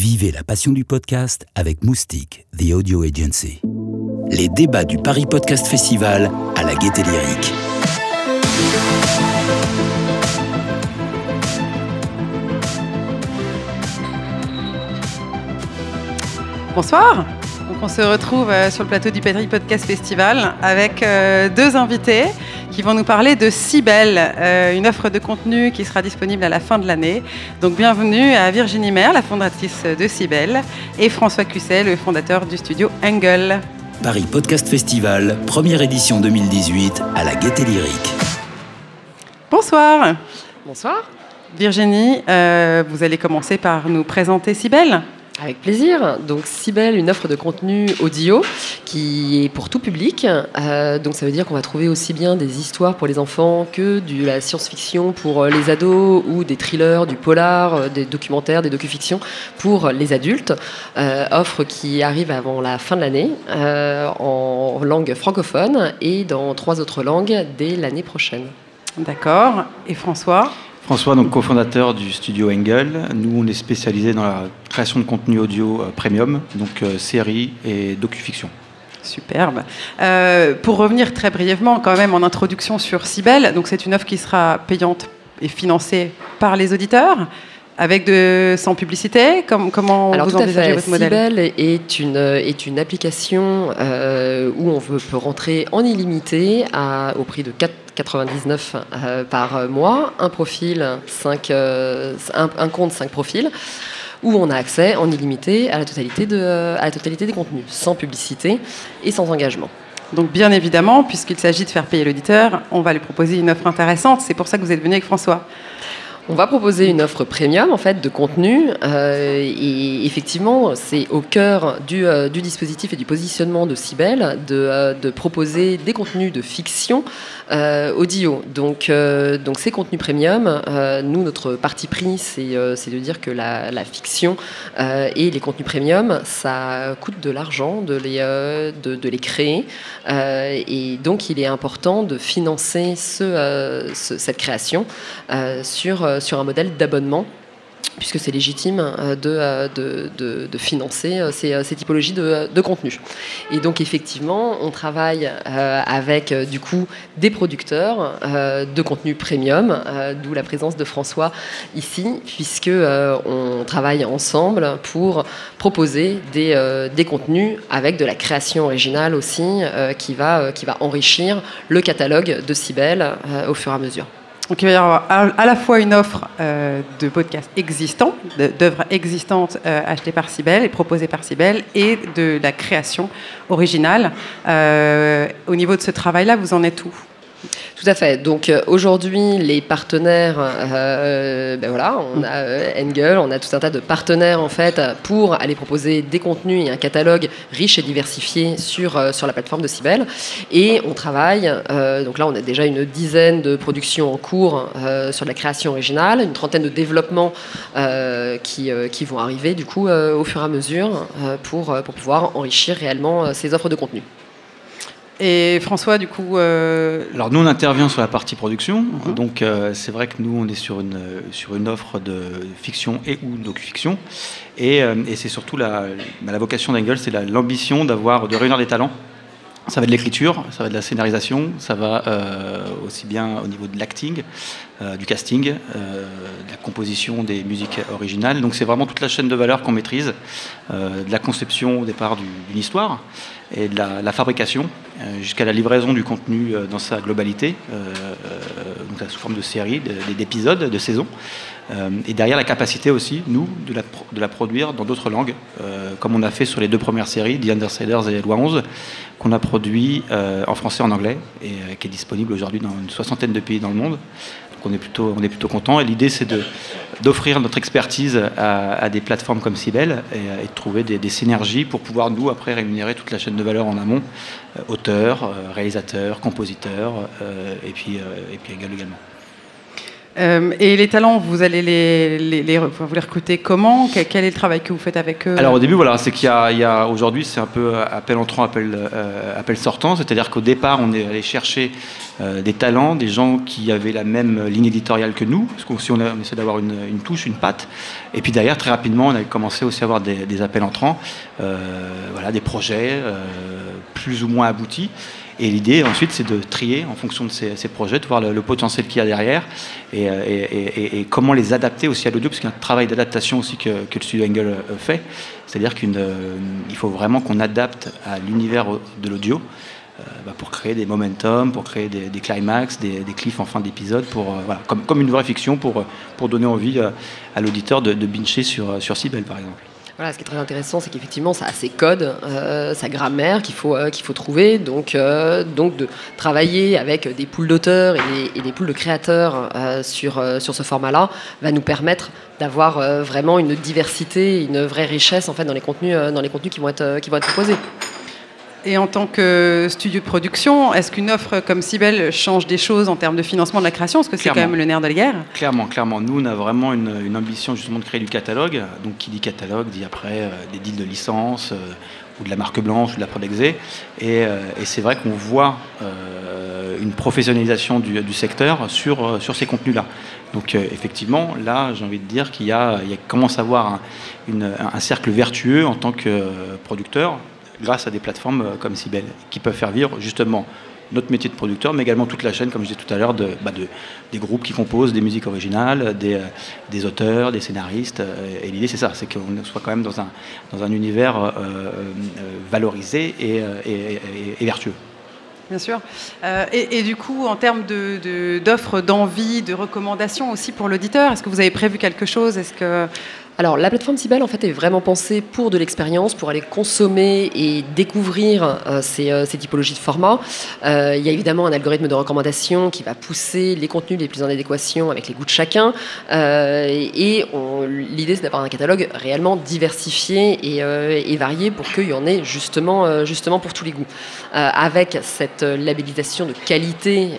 Vivez la passion du podcast avec Moustique, The Audio Agency. Les débats du Paris Podcast Festival à la Gaîté Lyrique. Bonsoir. Donc on se retrouve sur le plateau du Paris Podcast Festival avec deux invités qui vont nous parler de Cybelle, une offre de contenu qui sera disponible à la fin de l'année. Donc bienvenue à Virginie Maire, la fondatrice de Cybelle, et François Cusset, le fondateur du studio Angle. Paris Podcast Festival, première édition 2018 à la Gaîté Lyrique. Bonsoir. Bonsoir. Virginie, vous allez commencer par nous présenter Cybelle. Avec plaisir. Donc Cybelle, une offre de contenu audio qui est pour tout public. Donc ça veut dire qu'on va trouver aussi bien des histoires pour les enfants que de la science-fiction pour les ados ou des thrillers, du polar, des documentaires, des docu-fictions pour les adultes. Offre qui arrive avant la fin de l'année en langue francophone et dans 3 autres langues dès l'année prochaine. D'accord. Et François ? François, donc cofondateur du studio Angle. Nous, on est spécialisé dans la création de contenu audio premium, donc séries et docu-fiction. Superbe. Pour revenir très brièvement quand même en introduction sur Cybelle, donc c'est une offre qui sera payante et financée par les auditeurs, sans publicité. Comment Alors, vous envisagez votre modèle ? Cybelle est une application où on peut rentrer en illimité au prix de 4,99 par mois, un profil, un compte, 5 profils, où on a accès en illimité à la totalité des contenus, sans publicité et sans engagement. Donc bien évidemment, puisqu'il s'agit de faire payer l'auditeur, on va lui proposer une offre intéressante. C'est pour ça que vous êtes venu avec François. On va proposer une offre premium en fait de contenu et effectivement c'est au cœur du dispositif et du positionnement de Cybelle de proposer des contenus de fiction audio. Donc ces contenus premium, nous notre parti pris c'est de dire que la fiction et les contenus premium ça coûte de l'argent de les créer et donc il est important de financer cette création sur un modèle d'abonnement, puisque c'est légitime de financer ces typologies de contenu. Et donc effectivement, on travaille avec du coup des producteurs de contenu premium, d'où la présence de François ici, puisque on travaille ensemble pour proposer des contenus avec de la création originale aussi, qui va enrichir le catalogue de Cybelle au fur et à mesure. Donc il va y avoir à la fois une offre de podcasts existants, d'œuvres existantes achetées par Cybelle et proposées par Cybelle, et de la création originale. Au niveau de ce travail-là, vous en êtes où ? Tout à fait. Donc aujourd'hui, les partenaires, on a Angle, on a tout un tas de partenaires en fait pour aller proposer des contenus et un catalogue riche et diversifié sur la plateforme de Cybelle. Et on travaille. Donc là, on a déjà une dizaine de productions en cours sur la création originale, une trentaine de développements qui vont arriver du coup au fur et à mesure pour pouvoir enrichir réellement ces offres de contenu. Et François, du coup... Alors nous, on intervient sur la partie production. Donc c'est vrai que nous, on est sur une offre de fiction et ou docu-fiction. Et c'est surtout la vocation d'Angle, c'est l'ambition de réunir des talents. Ça va de l'écriture, ça va de la scénarisation, ça va aussi bien au niveau de l'acting, du casting, de la composition des musiques originales. Donc c'est vraiment toute la chaîne de valeur qu'on maîtrise, de la conception au départ d'une histoire et de la fabrication jusqu'à la livraison du contenu dans sa globalité, donc sous forme de séries, d'épisodes, de saisons. Et derrière la capacité aussi, nous, de la produire dans d'autres langues, comme on a fait sur les 2 premières séries, The Undersiders et Loi 11, qu'on a produit en français et en anglais, et qui est disponible aujourd'hui dans une 60aine de pays dans le monde. Donc on est plutôt content. Et l'idée, c'est d'offrir notre expertise à des plateformes comme Cybelle et de trouver des synergies pour pouvoir, nous, après, rémunérer toute la chaîne de valeur en amont, auteurs, réalisateurs, compositeurs, et puis Angle également. Et les talents, vous allez vous les recruter comment ? Quel est le travail que vous faites avec eux ? Alors au début, voilà, c'est qu'il y a aujourd'hui, c'est un peu appel entrant, appel sortant. C'est-à-dire qu'au départ, on est allé chercher des talents, des gens qui avaient la même ligne éditoriale que nous, parce qu'on on essaie d'avoir une touche, une patte. Et puis derrière, très rapidement, on a commencé aussi à avoir des appels entrants, voilà, des projets plus ou moins aboutis. Et l'idée, ensuite, c'est de trier en fonction de ces projets, de voir le potentiel qu'il y a derrière et comment les adapter aussi à l'audio, parce qu'il y a un travail d'adaptation aussi que le studio Angle fait. C'est-à-dire qu'il faut vraiment qu'on adapte à l'univers de l'audio pour créer des momentum, pour créer des climax, des cliffs en fin d'épisode, voilà, comme une vraie fiction, pour donner envie à l'auditeur de bincher sur Cybèle, par exemple. Voilà, ce qui est très intéressant, c'est qu'effectivement, ça a ses codes, sa grammaire qu'il faut trouver. Donc de travailler avec des pools d'auteurs et des pools de créateurs sur ce format-là va nous permettre d'avoir vraiment une diversité, une vraie richesse en fait dans les contenus qui vont être proposés. Et en tant que studio de production, est-ce qu'une offre comme Cybèle change des choses en termes de financement de la création ? Parce que c'est quand même le nerf de la guerre. Clairement. Nous, on a vraiment une ambition justement de créer du catalogue. Donc, qui dit catalogue dit après des deals de licence ou de la marque blanche ou de la Prodexé. Et c'est vrai qu'on voit une professionnalisation du secteur sur ces contenus-là. Donc, effectivement, là, j'ai envie de dire qu'il commence à avoir un cercle vertueux en tant que producteur, grâce à des plateformes comme Cybèle, qui peuvent faire vivre justement notre métier de producteur, mais également toute la chaîne, comme je disais tout à l'heure, des groupes qui composent des musiques originales, des auteurs, des scénaristes. Et l'idée, c'est ça, c'est qu'on soit quand même dans un univers valorisé et vertueux. Bien sûr. Et du coup, en termes d'offres, d'envie, de recommandations aussi pour l'auditeur, est-ce que vous avez prévu quelque chose ? Alors, la plateforme Cybèle, en fait, est vraiment pensée pour de l'expérience, pour aller consommer et découvrir ces typologies de formats. Il y a évidemment un algorithme de recommandation qui va pousser les contenus les plus en adéquation avec les goûts de chacun. L'idée, c'est d'avoir un catalogue réellement diversifié et varié pour qu'il y en ait justement pour tous les goûts. Avec cette labellisation de qualité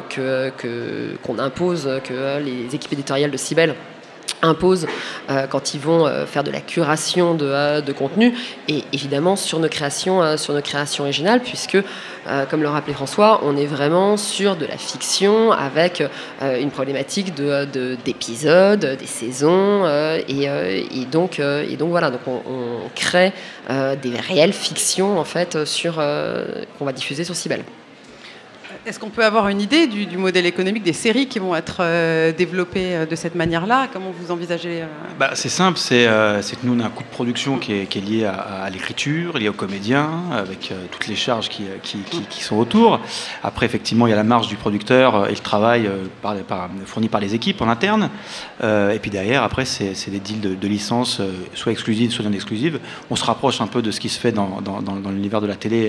qu'on impose, que les équipes éditoriales de Cybèle imposent quand ils vont faire de la curation de contenu, et évidemment sur nos créations originales, puisque comme le rappelait François, on est vraiment sur de la fiction avec une problématique d'épisodes, des saisons, et donc voilà, donc on crée des réelles fictions en fait qu'on va diffuser sur Cybèle. Est-ce qu'on peut avoir une idée du modèle économique des séries qui vont être développées de cette manière-là ? Comment vous envisagez C'est simple, c'est que nous, on a un coût de production qui est lié à l'écriture, lié aux comédiens, avec toutes les charges qui sont autour. Après, effectivement, il y a la marge du producteur et le travail fourni par les équipes en interne. Et puis derrière, après, c'est des deals de licences, soit exclusives, soit non exclusives. On se rapproche un peu de ce qui se fait dans l'univers de la télé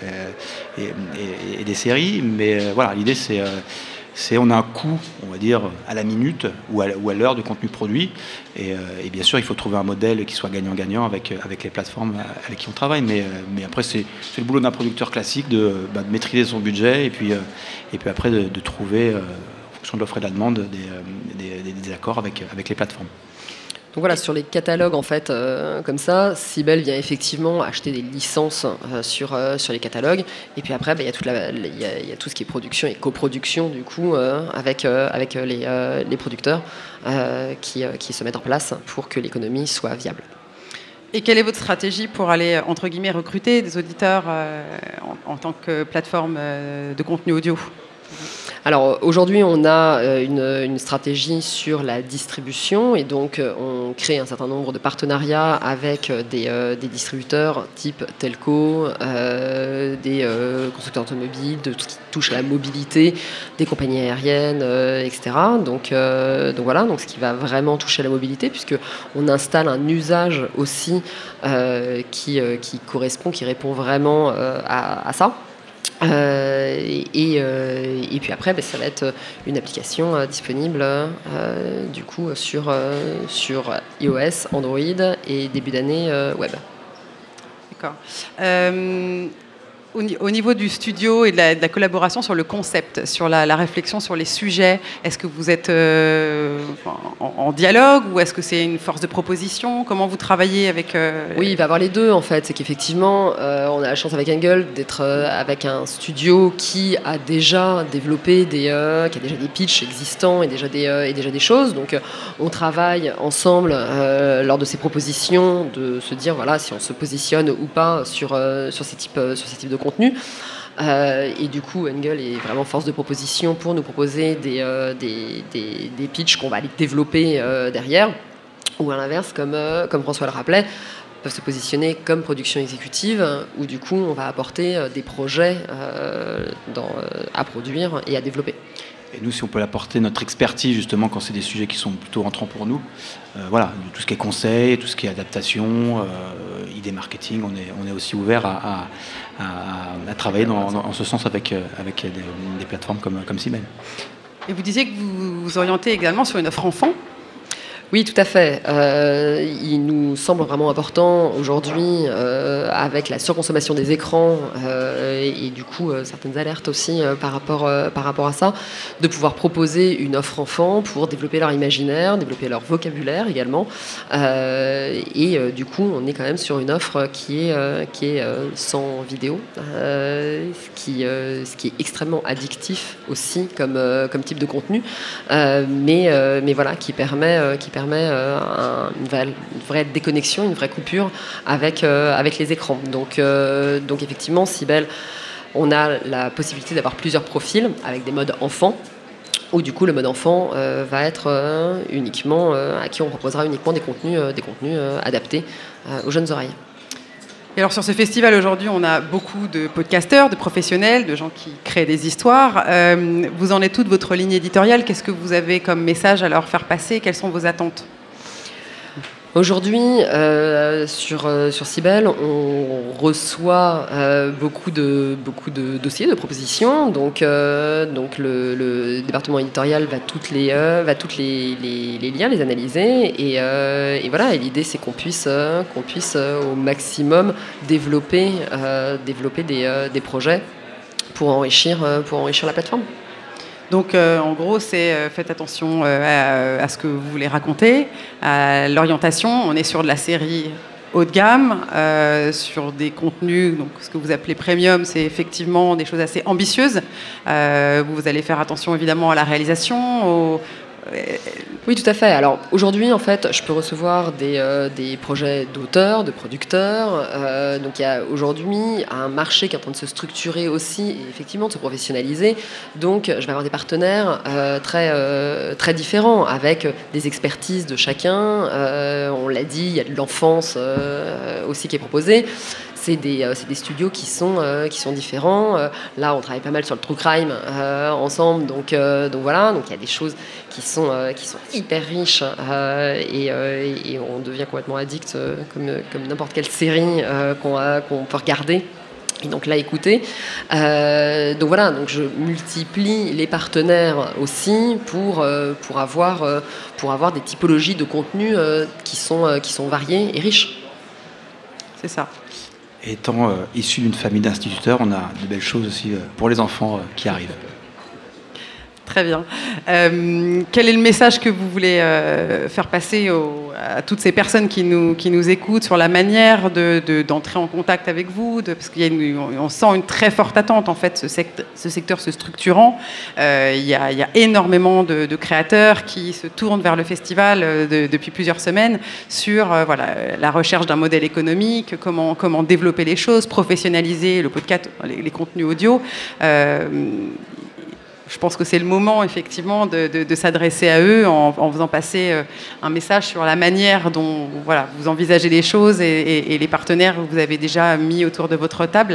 et des séries. Mais voilà, l'idée, c'est on a un coût, on va dire, à la minute ou à l'heure de contenu produit. Et bien sûr, il faut trouver un modèle qui soit gagnant-gagnant avec les plateformes avec qui on travaille. Mais après, c'est le boulot d'un producteur classique de maîtriser son budget et puis après de trouver, en fonction de l'offre et de la demande, des accords avec les plateformes. Donc voilà, sur les catalogues, en fait, comme ça, Cybèle vient effectivement acheter des licences sur les catalogues. Et puis après, il y a tout ce qui est production et coproduction, du coup, avec les producteurs qui se mettent en place pour que l'économie soit viable. Et quelle est votre stratégie pour aller, entre guillemets, recruter des auditeurs en tant que plateforme de contenu audio ? Alors aujourd'hui, on a une stratégie sur la distribution, et donc on crée un certain nombre de partenariats avec des distributeurs type telco, des constructeurs automobiles, de tout ce qui touche à la mobilité, des compagnies aériennes, etc. Donc voilà, donc ce qui va vraiment toucher à la mobilité, puisque on installe un usage aussi qui répond vraiment à ça. Et puis après, ça va être une application disponible du coup sur iOS, Android et début d'année web. D'accord. Au niveau du studio et de la collaboration sur le concept, sur la réflexion sur les sujets, est-ce que vous êtes en dialogue ou est-ce que c'est une force de proposition? Comment vous travaillez avec... Oui, il va y avoir les deux en fait. C'est qu'effectivement, on a la chance avec Angle d'être avec un studio qui a déjà développé qui a déjà des pitchs existants et déjà des choses. Donc on travaille ensemble lors de ces propositions de se dire voilà si on se positionne ou pas sur ces types de contenu. Et du coup, Angle est vraiment force de proposition pour nous proposer des pitchs qu'on va aller développer derrière. Ou à l'inverse, comme François le rappelait, peuvent se positionner comme production exécutive, où du coup, on va apporter des projets à produire et à développer. Et nous, si on peut apporter notre expertise, justement, quand c'est des sujets qui sont plutôt entrants pour nous, voilà, tout ce qui est conseil, tout ce qui est adaptation, idée marketing, on est aussi ouvert à travailler en ce sens avec des plateformes comme Sibel. Et vous disiez que vous vous orientez également sur une offre enfant. Oui, tout à fait. Il nous semble vraiment important aujourd'hui, avec la surconsommation des écrans et du coup certaines alertes aussi par rapport à ça, de pouvoir proposer une offre enfant pour développer leur imaginaire, développer leur vocabulaire également. Et du coup, on est quand même sur une offre qui est sans vidéo, ce qui est extrêmement addictif aussi comme type de contenu, mais voilà, qui permet une vraie déconnexion, une vraie coupure avec les écrans. Donc effectivement, Sibel, on a la possibilité d'avoir plusieurs profils avec des modes enfants, où du coup le mode enfant va être uniquement à qui on proposera uniquement des contenus adaptés aux jeunes oreilles. Et alors sur ce festival aujourd'hui, on a beaucoup de podcasteurs, de professionnels, de gens qui créent des histoires. Vous en êtes toute votre ligne éditoriale. Qu'est-ce que vous avez comme message à leur faire passer? Quelles sont vos attentes? Aujourd'hui, sur Sibel, on reçoit beaucoup de dossiers, de propositions. Donc le département éditorial va toutes les lire, les analyser. Et voilà. Et l'idée, c'est qu'on puisse au maximum développer des projets pour enrichir la plateforme. Donc, en gros, c'est faites attention à ce que vous voulez raconter, à l'orientation. On est sur de la série haut de gamme, sur des contenus, donc ce que vous appelez premium, c'est effectivement des choses assez ambitieuses. Vous allez faire attention évidemment à la réalisation, Oui, tout à fait. Alors aujourd'hui, en fait, je peux recevoir des projets d'auteurs, de producteurs. Donc il y a aujourd'hui un marché qui est en train de se structurer aussi et effectivement de se professionnaliser. Donc je vais avoir des partenaires très différents avec des expertises de chacun. On l'a dit, il y a de l'enfance aussi qui est proposée. C'est des studios qui sont différents. Là, on travaille pas mal sur le true crime ensemble, donc voilà. Donc il y a des choses qui sont hyper riches et on devient complètement addict comme n'importe quelle série qu'on peut regarder. Et donc là, écoutez. Donc voilà. Donc je multiplie les partenaires aussi pour avoir des typologies de contenus qui sont variées et riches. C'est ça. Étant issu d'une famille d'instituteurs, on a de belles choses aussi pour les enfants qui arrivent. Très bien. Quel est le message que vous voulez faire passer à toutes ces personnes qui nous écoutent sur la manière d'entrer en contact avec vous, parce qu'on sent une très forte attente, en fait, ce secteur se structurant. Il y a énormément de créateurs qui se tournent vers le festival depuis plusieurs semaines sur la recherche d'un modèle économique, comment développer les choses, professionnaliser le podcast, les contenus audio. Je pense que c'est le moment, effectivement, de s'adresser à eux en faisant passer un message sur la manière dont vous envisagez les choses et les partenaires que vous avez déjà mis autour de votre table.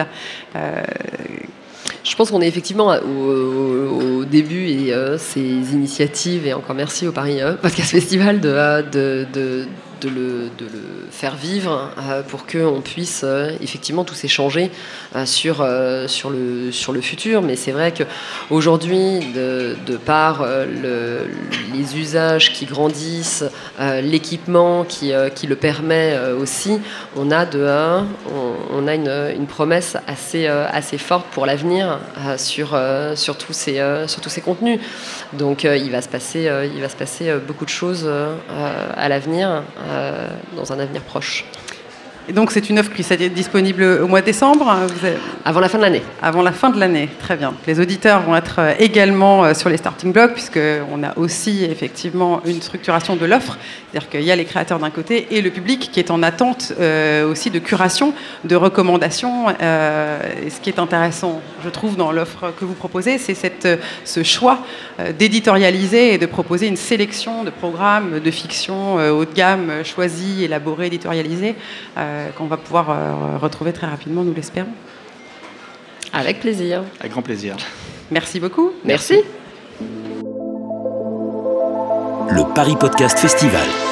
Je pense qu'on est effectivement au début et ces initiatives, et encore merci au Paris Podcast Festival le faire vivre pour qu'on puisse effectivement tous échanger sur le futur. Mais c'est vrai qu'aujourd'hui, de par les usages qui grandissent, l'équipement qui le permet aussi, on a une promesse assez forte pour l'avenir sur tous ces contenus. Donc il va se passer beaucoup de choses à l'avenir, dans un avenir proche. Et donc c'est une offre qui sera disponible au mois de décembre. Avant la fin de l'année. Avant la fin de l'année, très bien. Les auditeurs vont être également sur les starting blocks, puisqu'on a aussi effectivement une structuration de l'offre. C'est-à-dire qu'il y a les créateurs d'un côté et le public qui est en attente aussi de curation, de recommandations. Et ce qui est intéressant, je trouve, dans l'offre que vous proposez, c'est ce choix d'éditorialiser et de proposer une sélection de programmes de fiction haut de gamme, choisis, élaborés, éditorialisés, qu'on va pouvoir retrouver très rapidement, nous l'espérons. Avec plaisir. Avec grand plaisir. Merci beaucoup. Merci. Le Paris Podcast Festival.